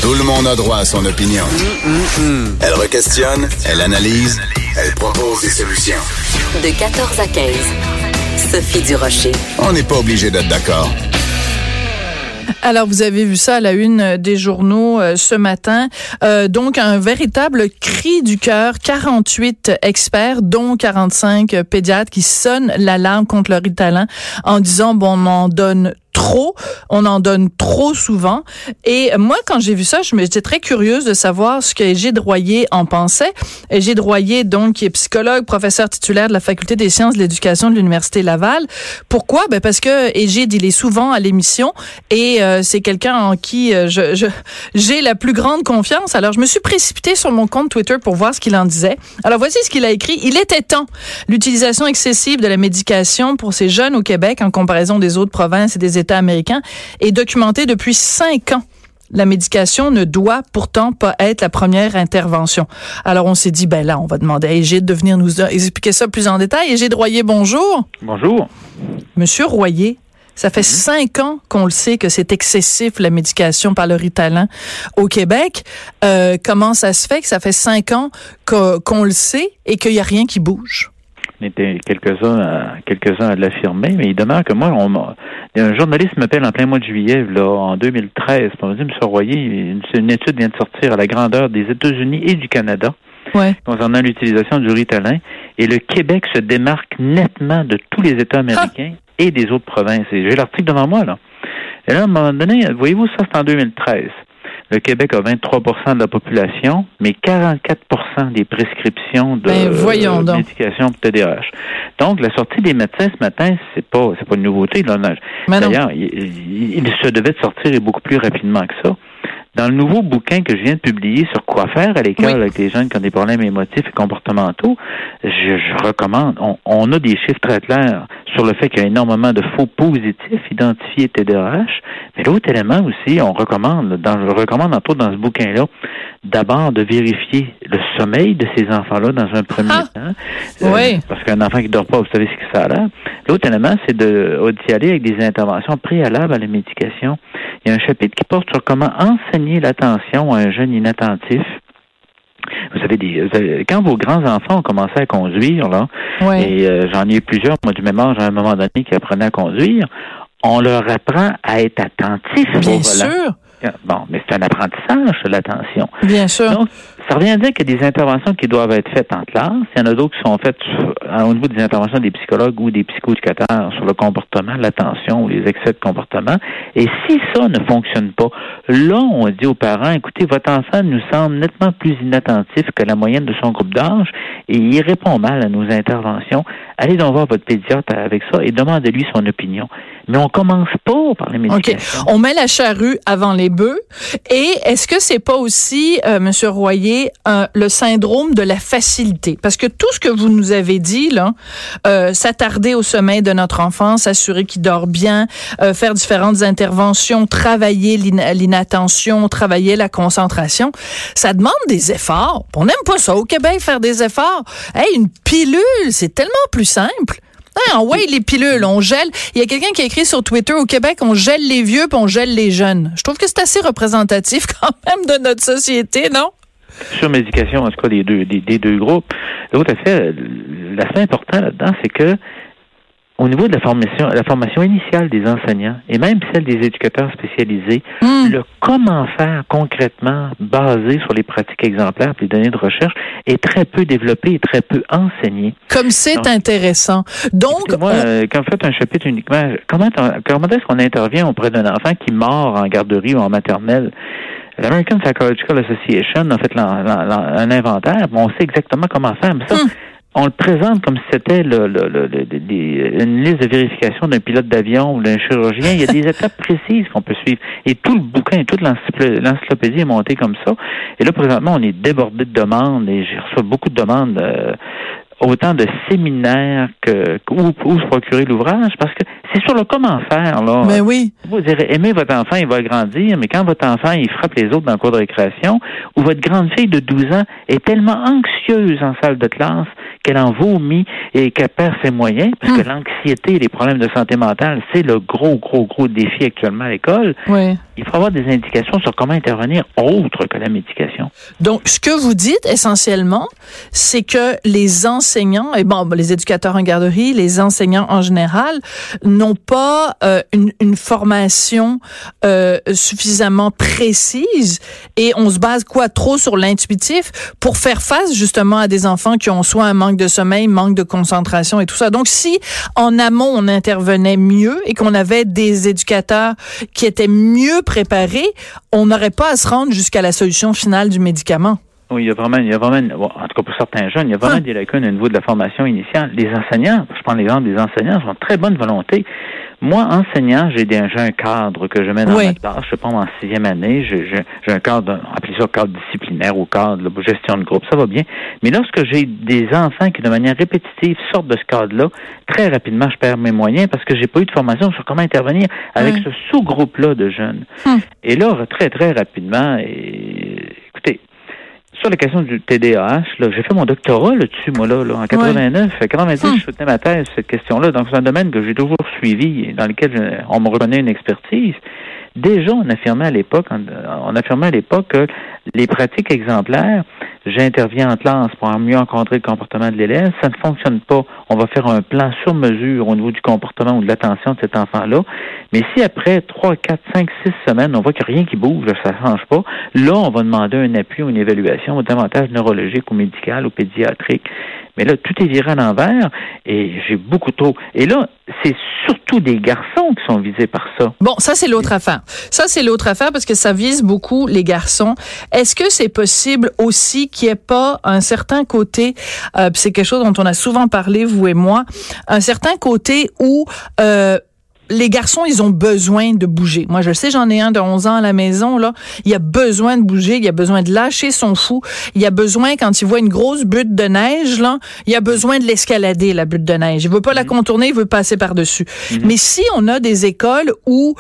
Tout le monde a droit à son opinion. Elle requestionne, elle analyse, elle propose des solutions. De 14 à 15, Sophie Durocher. On n'est pas obligé d'être d'accord. Alors, vous avez vu ça à la une des journaux ce matin. Donc, un véritable cri du cœur. 48 experts, dont 45 pédiatres, qui sonnent l'alarme contre le Ritalin en disant, bon, on en donne trop souvent. Et moi, quand j'ai vu ça, j'étais très curieuse de savoir ce que Égide Royer en pensait. Égide Royer, donc, qui est psychologue, professeur titulaire de la Faculté des sciences de l'éducation de l'Université Laval. Pourquoi? Ben parce que Égide, il est souvent à l'émission et c'est quelqu'un en qui j'ai la plus grande confiance. Alors, je me suis précipitée sur mon compte Twitter pour voir ce qu'il en disait. Alors, voici ce qu'il a écrit. Il était temps. L'utilisation excessive de la médication pour ces jeunes au Québec, en comparaison des autres provinces et des États américains, est documentée depuis 5 ans. La médication ne doit pourtant pas être la première intervention. Alors, on s'est dit, ben là, on va demander à Égide de venir nous expliquer ça plus en détail. Égide Royer, bonjour. Bonjour. Monsieur Royer, ça fait 5 ans qu'on le sait que c'est excessif, la médication par le Ritalin au Québec. Comment ça se fait que ça fait 5 ans qu'on le sait et qu'il n'y a rien qui bouge? On était quelques-uns à l'affirmer, mais il demeure que moi, un journaliste m'appelle en plein mois de juillet, là, en 2013, pour me dire, M. Royer, une étude vient de sortir à la grandeur des États-Unis et du Canada, concernant l'utilisation du Ritalin, et le Québec se démarque nettement de tous les États américains et des autres provinces. Et j'ai l'article devant moi, là. Et là, à un moment donné, voyez-vous, ça, c'est en 2013. Le Québec a 23% de la population, mais 44% des prescriptions de médication pour TDAH. Donc, la sortie des médecins ce matin, c'est pas une nouveauté. Là. D'ailleurs, il se devait de sortir beaucoup plus rapidement que ça. Dans le nouveau bouquin que je viens de publier sur quoi faire à l'école avec les jeunes qui ont des problèmes émotifs et comportementaux, je recommande. On a des chiffres très clairs sur le fait qu'il y a énormément de faux positifs identifiés TDAH. Mais l'autre élément aussi, je recommande entre autres dans ce bouquin-là, d'abord de vérifier le sommeil de ces enfants-là dans un premier temps. Parce qu'un enfant qui dort pas, vous savez ce que ça a l'air. L'autre élément, c'est d'y aller avec des interventions préalables à la médication. Il y a un chapitre qui porte sur comment enseigner l'attention à un jeune inattentif. Vous savez, quand vos grands-enfants ont commencé à conduire, là, et j'en ai eu plusieurs, moi, du même âge, à un moment donné, qui apprenaient à conduire, on leur apprend à être attentif au volant. Bien sûr. Bon, mais c'est un apprentissage, l'attention. Bien sûr. Donc, ça revient à dire qu'il y a des interventions qui doivent être faites en classe. Il y en a d'autres qui sont faites au niveau des interventions des psychologues ou des psychoéducateurs sur le comportement, l'attention ou les excès de comportement. Et si ça ne fonctionne pas, là, on dit aux parents, écoutez, votre enfant nous semble nettement plus inattentif que la moyenne de son groupe d'âge et il répond mal à nos interventions. Allez donc voir votre pédiatre avec ça et demandez-lui son opinion. Mais on commence pas par les médications. OK. On met la charrue avant les bœufs. Et est-ce que c'est pas aussi, Monsieur Royer, le syndrome de la facilité? Parce que tout ce que vous nous avez dit, là, s'attarder au sommeil de notre enfant, s'assurer qu'il dort bien, faire différentes interventions, travailler l'inattention, travailler la concentration, ça demande des efforts. On n'aime pas ça au Québec, faire des efforts. Hey, une pilule, c'est tellement plus simple. Les pilules, on gèle. Il y a quelqu'un qui a écrit sur Twitter, au Québec, on gèle les vieux puis on gèle les jeunes. Je trouve que c'est assez représentatif quand même de notre société, non? Sur médication, en tout cas, des deux groupes. L'autre effet, l'aspect important là-dedans, c'est que au niveau de la formation initiale des enseignants et même celle des éducateurs spécialisés, le comment faire concrètement basé sur les pratiques exemplaires et les données de recherche est très peu développé et très peu enseigné. Comme c'est intéressant. Donc, moi, quand vous faites un chapitre uniquement, comment est-ce qu'on intervient auprès d'un enfant qui mord en garderie ou en maternelle? L'American Psychological Association a fait un inventaire, on sait exactement comment faire, mais ça, on le présente comme si c'était une liste de vérification d'un pilote d'avion ou d'un chirurgien. Il y a des étapes précises qu'on peut suivre. Et tout le bouquin, toute l'encyclopédie est montée comme ça. Et là, présentement, on est débordé de demandes et j'ai reçu beaucoup de demandes autant de séminaires où se procurer l'ouvrage, parce que c'est sur le comment faire, là. Mais oui. Vous direz, aimez votre enfant, il va grandir, mais quand votre enfant, il frappe les autres dans le cours de récréation, ou votre grande fille de 12 ans est tellement anxieuse en salle de classe qu'elle en vomit et qu'elle perd ses moyens, parce que l'anxiété et les problèmes de santé mentale, c'est le gros défi actuellement à l'école. Oui. Il faut avoir des indications sur comment intervenir autre que la médication. Donc, ce que vous dites essentiellement, c'est que les enseignants, et bon, les éducateurs en garderie, les enseignants en général, n'ont pas une formation suffisamment précise, et on se base trop sur l'intuitif pour faire face justement à des enfants qui ont soit un manque de sommeil, manque de concentration et tout ça. Donc, si en amont on intervenait mieux et qu'on avait des éducateurs qui étaient mieux préparés, on n'aurait pas à se rendre jusqu'à la solution finale du médicament. Oui, il y a vraiment, bon, en tout cas pour certains jeunes, il y a vraiment des lacunes au niveau de la formation initiale. Les enseignants, je prends l'exemple des enseignants, sont de très bonne volonté. Moi, enseignant, j'ai un cadre que je mets dans ma classe. Je pense en 6e année, j'ai un cadre, appelez ça cadre disciplinaire ou cadre de gestion de groupe, ça va bien. Mais lorsque j'ai des enfants qui, de manière répétitive, sortent de ce cadre-là, très rapidement, je perds mes moyens parce que j'ai pas eu de formation sur comment intervenir avec ce sous-groupe-là de jeunes. Et là, très, très rapidement, écoutez, sur la question du TDAH, là, j'ai fait mon doctorat là-dessus, moi, là en 89. En 90, je soutenais ma thèse sur cette question-là. Donc, c'est un domaine que j'ai toujours suivi et dans lequel on me reconnaît une expertise. Déjà, on affirmait à l'époque que les pratiques exemplaires, j'interviens en classe pour mieux encadrer le comportement de l'élève, ça ne fonctionne pas. On va faire un plan sur mesure au niveau du comportement ou de l'attention de cet enfant-là. Mais si après 3, 4, 5, 6 semaines, on voit qu'il n'y a rien qui bouge, ça ne change pas, là, on va demander un appui ou une évaluation davantage neurologique ou médicale ou pédiatrique. Mais là, tout est viré à l'envers et j'ai beaucoup trop. Et là, c'est surtout des garçons qui sont visés par ça. Bon, ça, c'est l'autre affaire. Ça, c'est l'autre affaire parce que ça vise beaucoup les garçons. Est-ce que c'est possible aussi qu'il n'y ait pas un certain côté, c'est quelque chose dont on a souvent parlé, vous et moi, un certain côté où les garçons, ils ont besoin de bouger. Moi, je sais, j'en ai un de 11 ans à la maison, là. Il a besoin de bouger, il a besoin de lâcher son fou. Il a besoin, quand il voit une grosse butte de neige, là, il a besoin de l'escalader, la butte de neige. Il veut pas la contourner, il veut passer par-dessus. Mais si on a des écoles où,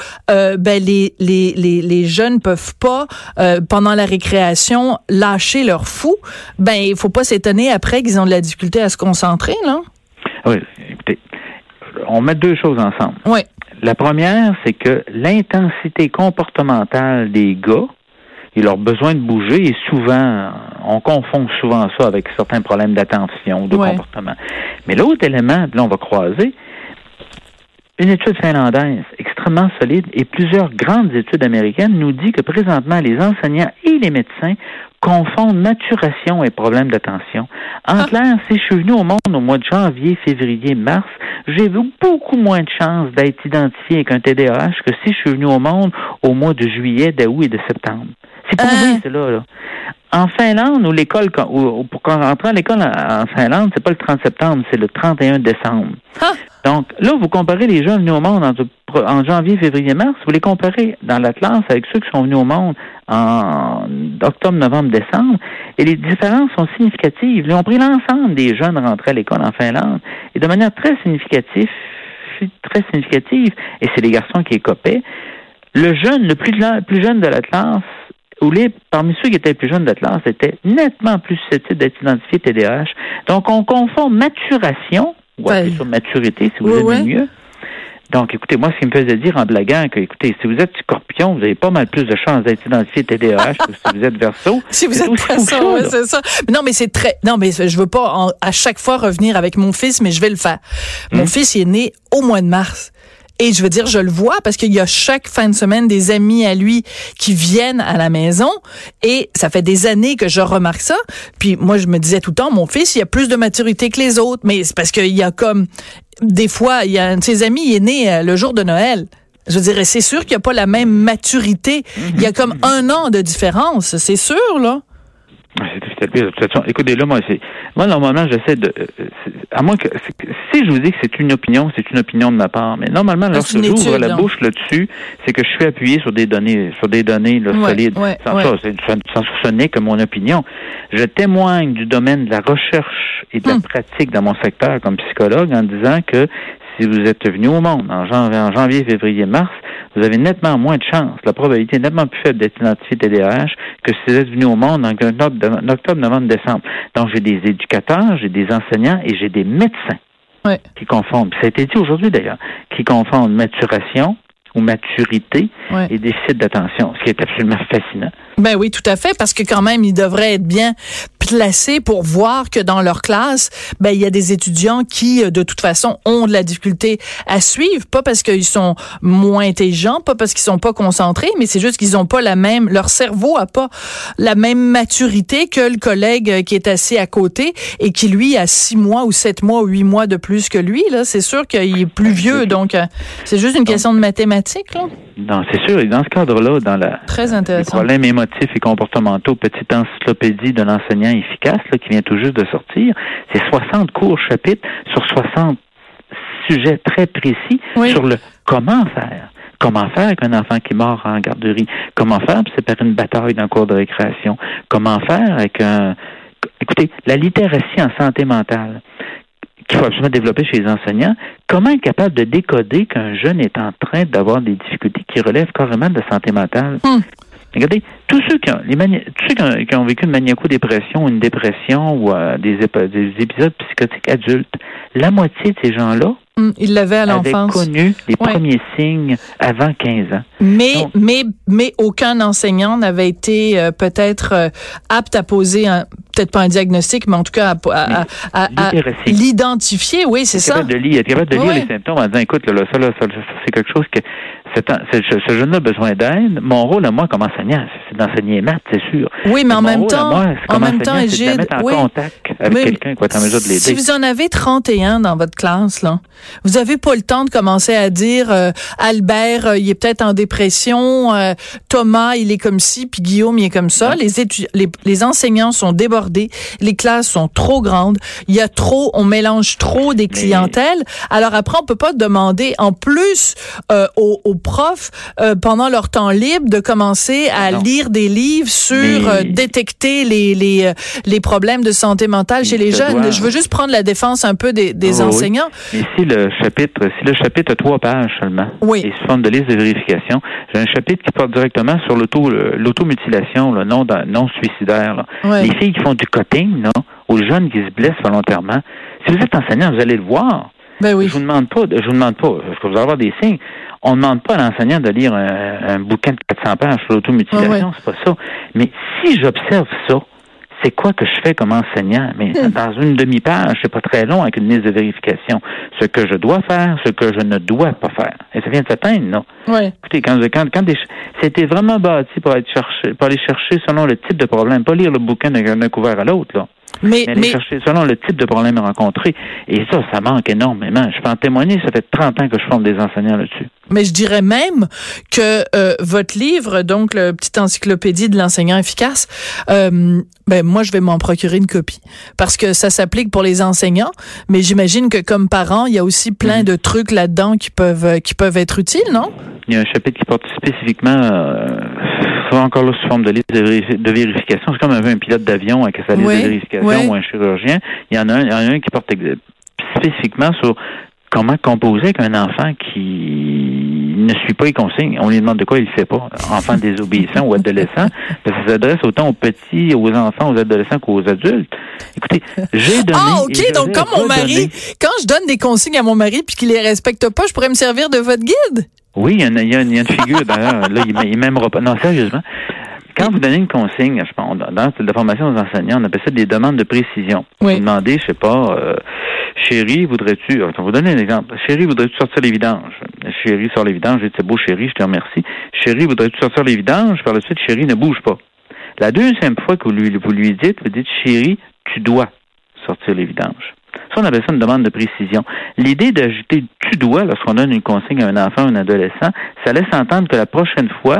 les jeunes peuvent pas, pendant la récréation, lâcher leur fou, il faut pas s'étonner après qu'ils ont de la difficulté à se concentrer, là. Oui, écoutez, on met deux choses ensemble. Oui. La première, c'est que l'intensité comportementale des gars et leur besoin de bouger est souvent, on confond souvent ça avec certains problèmes d'attention, de comportement. Mais l'autre élément, là on va croiser, une étude finlandaise extrêmement solide et plusieurs grandes études américaines nous dit que présentement les enseignants et les médecins confondent maturation et problème d'attention. En clair, si je suis venu au monde au mois de janvier, février, mars, j'ai eu beaucoup moins de chances d'être identifié avec un TDAH que si je suis venu au monde au mois de juillet, d'août et de septembre. C'est prouvé, c'est là. En Finlande, où l'école, pour rentrer à l'école en Finlande, c'est pas le 30 septembre, c'est le 31 décembre. Donc, là, vous comparez les gens venus au monde en janvier, février, mars, vous les comparez dans la classe avec ceux qui sont venus au monde en octobre, novembre, décembre, et les différences sont significatives. Ils ont pris l'ensemble des jeunes rentrés à l'école en Finlande, et de manière très significative, et c'est les garçons qui écopaient. Le jeune, le plus jeune de la classe, parmi ceux qui étaient plus jeunes de la classe, était nettement plus susceptible d'être identifié TDAH. Donc, on confond maturation, ou appelez ça maturité, si vous aimez mieux. Donc, écoutez, moi, ce qui me faisait dire en blaguant que, écoutez, si vous êtes Scorpion, vous avez pas mal plus de chances d'être identifié TDAH que si vous êtes Verseau. Si vous êtes Verseau, oui, c'est ça. Non, mais je veux pas à chaque fois revenir avec mon fils, mais je vais le faire. Mon fils, il est né au mois de mars. Et je veux dire, je le vois parce qu'il y a chaque fin de semaine des amis à lui qui viennent à la maison et ça fait des années que je remarque ça. Puis moi, je me disais tout le temps, mon fils, il a plus de maturité que les autres. Mais c'est parce qu'il y a comme, des fois, il y a un de ses amis, il est né le jour de Noël. Je dirais, c'est sûr qu'il n'y a pas la même maturité. Il y a comme 1 an de différence, c'est sûr, là. c'était le pire. De toute façon, écoutez, là, moi, normalement, j'essaie de... à moins que... Si je vous dis que c'est une opinion de ma part, mais normalement, lorsque j'ouvre la bouche là-dessus, c'est que je suis appuyé sur des données là, solides. Ce n'est que mon opinion. Je témoigne du domaine de la recherche et de la pratique dans mon secteur comme psychologue en disant que si vous êtes venu au monde en janvier, février, mars, vous avez nettement moins de chances. La probabilité est nettement plus faible d'être identifié TDAH que si vous êtes venu au monde en octobre, novembre, décembre. Donc, j'ai des éducateurs, j'ai des enseignants et j'ai des médecins qui confondent. Ça a été dit aujourd'hui d'ailleurs, qui confondent maturation ou maturité et déficit d'attention, ce qui est absolument fascinant. Ben oui, tout à fait, parce que quand même, ils devraient être bien placés pour voir que dans leur classe, ben il y a des étudiants qui, de toute façon, ont de la difficulté à suivre, pas parce qu'ils sont moins intelligents, pas parce qu'ils sont pas concentrés, mais c'est juste qu'ils ont pas leur cerveau a pas la même maturité que le collègue qui est assis à côté et qui, lui, a 6 mois ou 7 mois ou 8 mois de plus que lui, là. C'est sûr qu'il est plus vieux, donc c'est juste une question de mathématiques, là. Non, c'est sûr. Et dans ce cadre-là, dans les problèmes émotifs et comportementaux, petite encyclopédie de l'enseignant efficace, là, qui vient tout juste de sortir, c'est 60 cours chapitres sur 60 sujets très précis sur le comment faire. Comment faire avec un enfant qui mord en garderie? Comment faire pour séparer une bataille d'un cours de récréation? Comment faire avec Écoutez, la littératie en santé mentale qu'il faut absolument développer chez les enseignants, comment être capable de décoder qu'un jeune est en train d'avoir des difficultés qui relèvent carrément de santé mentale? Regardez, tous ceux qui ont vécu une maniaco-dépression, une dépression ou des épisodes psychotiques adultes, la moitié de ces gens-là ils l'avaient à l'enfance. Avaient connu les premiers signes avant 15 ans. Mais aucun enseignant n'avait été peut-être apte à poser peut-être pas un diagnostic, mais en tout cas à l'identifier. Oui, c'est ça. Être capable de lire les symptômes en disant, écoute, ça, c'est quelque chose que ce jeune-là a besoin d'aide. Mon rôle à moi comme enseignant, c'est d'enseigner maths, c'est sûr. Oui, mais en même temps, c'est de mettre en contact avec quelqu'un qui va être en mesure de l'aider. Si vous en avez 31 dans votre classe, là, vous avez pas le temps de commencer à dire Albert, il est peut-être en dépression, Thomas, il est comme ci, puis Guillaume, il est comme ça. Les enseignants sont débordés, les classes sont trop grandes, on mélange trop des clientèles. Alors après, on peut pas demander en plus aux profs pendant leur temps libre de commencer à lire des livres sur détecter les problèmes de santé mentale chez les jeunes. Je veux juste prendre la défense un peu des enseignants. Mais si le chapitre a 3 pages seulement, et sous forme de liste de vérification, j'ai un chapitre qui porte directement sur l'automutilation, le non suicidaire. Là. Les filles qui font du cutting, là, aux jeunes qui se blessent volontairement. Si vous êtes enseignant, vous allez le voir. Ben oui. Je vous demande pas, parce que vous allez avoir des signes. On ne demande pas à l'enseignant de lire un bouquin de 400 pages sur l'automutilation, c'est pas ça. Mais si j'observe ça, c'est quoi que je fais comme enseignant? Mais dans une demi-page, c'est pas très long avec une liste de vérification. Ce que je dois faire, ce que je ne dois pas faire. Et ça vient de s'atteindre, non? Oui. Écoutez, quand c'était vraiment bâti pour aller chercher selon le type de problème, pas lire le bouquin d'un couvert à l'autre, là. Mais aller chercher selon le type de problème rencontré. Et ça manque énormément. Je peux en témoigner, ça fait 30 ans que je forme des enseignants là-dessus. Mais je dirais même que votre livre, donc le petite encyclopédie de l'enseignant efficace, moi je vais m'en procurer une copie parce que ça s'applique pour les enseignants, mais j'imagine que comme parent, il y a aussi plein de trucs là-dedans qui peuvent être utiles, non? Il y a un chapitre qui porte spécifiquement encore là sous forme de liste de vérification. C'est comme un pilote d'avion avec sa liste de vérification ou un chirurgien. Il y en a un qui porte spécifiquement sur comment composer avec un enfant qui ne suit pas les consignes. On lui demande de quoi il ne fait pas. Enfant désobéissant ou adolescent. Ça s'adresse autant aux petits, aux enfants, aux adolescents qu'aux adultes. Écoutez, j'ai donné... Ah, OK, donc comme mon mari, quand je donne des consignes à mon mari puis qu'il les respecte pas, je pourrais me servir de votre guide? Oui, il y a une figure, d'ailleurs, là, il m'aimera pas. Non, sérieusement. Quand vous donnez une consigne, je pense, dans la formation des enseignants, on appelle ça des demandes de précision. Vous demandez, je sais pas, chérie, voudrais-tu, on va vous donner un exemple. Chérie, voudrais-tu sortir les vidanges? Chérie, sort les vidanges. Je dis, c'est beau, chérie, je te remercie. Chérie, voudrais-tu sortir les vidanges? Par la suite, chérie, ne bouge pas. La deuxième fois que vous lui dites, chérie, tu dois sortir les vidanges. Ça, on appelle ça une demande de précision. L'idée d'ajouter « tu dois » lorsqu'on donne une consigne à un enfant ou un adolescent, ça laisse entendre que la prochaine fois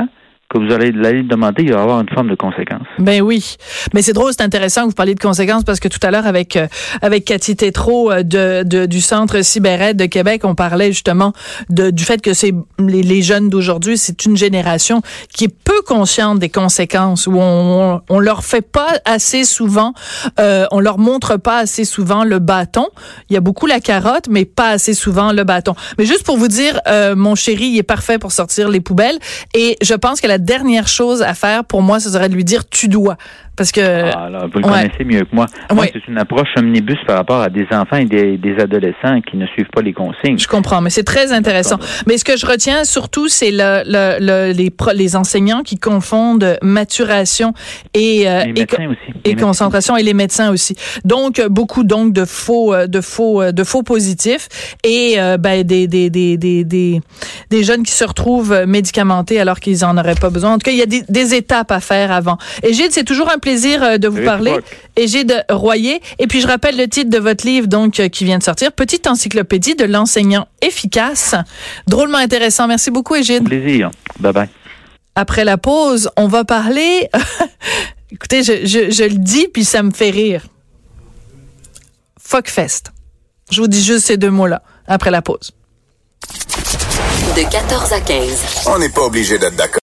que vous allez le demander, il va y avoir une forme de conséquence. Ben oui. Mais c'est drôle, c'est intéressant que vous parliez de conséquences parce que tout à l'heure avec Cathy Tétrault du Centre CyberAide de Québec, on parlait justement du fait que c'est les jeunes d'aujourd'hui, c'est une génération qui est peu consciente des conséquences, où on leur fait pas assez souvent, on leur montre pas assez souvent le bâton. Il y a beaucoup la carotte, mais pas assez souvent le bâton. Mais juste pour vous dire, mon chéri, il est parfait pour sortir les poubelles et je pense que la dernière chose à faire pour moi, ce serait de lui dire tu dois. Parce que là, vous le connaissez mieux que moi. Moi, c'est une approche omnibus par rapport à des enfants et des adolescents qui ne suivent pas les consignes. Je comprends, mais c'est très intéressant. Mais ce que je retiens surtout, c'est les enseignants qui confondent maturation et concentration, et les médecins aussi. Donc beaucoup de faux positifs et des jeunes qui se retrouvent médicamentés alors qu'ils en auraient pas besoin. En tout cas, il y a des étapes à faire avant. Égide, c'est toujours un plaisir de vous parler. Égide Royer. Et puis, je rappelle le titre de votre livre, donc, qui vient de sortir. Petite encyclopédie de l'enseignant efficace. Drôlement intéressant. Merci beaucoup, Égide. Plaisir. Bye-bye. Après la pause, on va parler... Écoutez, je le dis, puis ça me fait rire. Fuckfest. Je vous dis juste ces deux mots-là, après la pause. De 14 à 15. On n'est pas obligé d'être d'accord.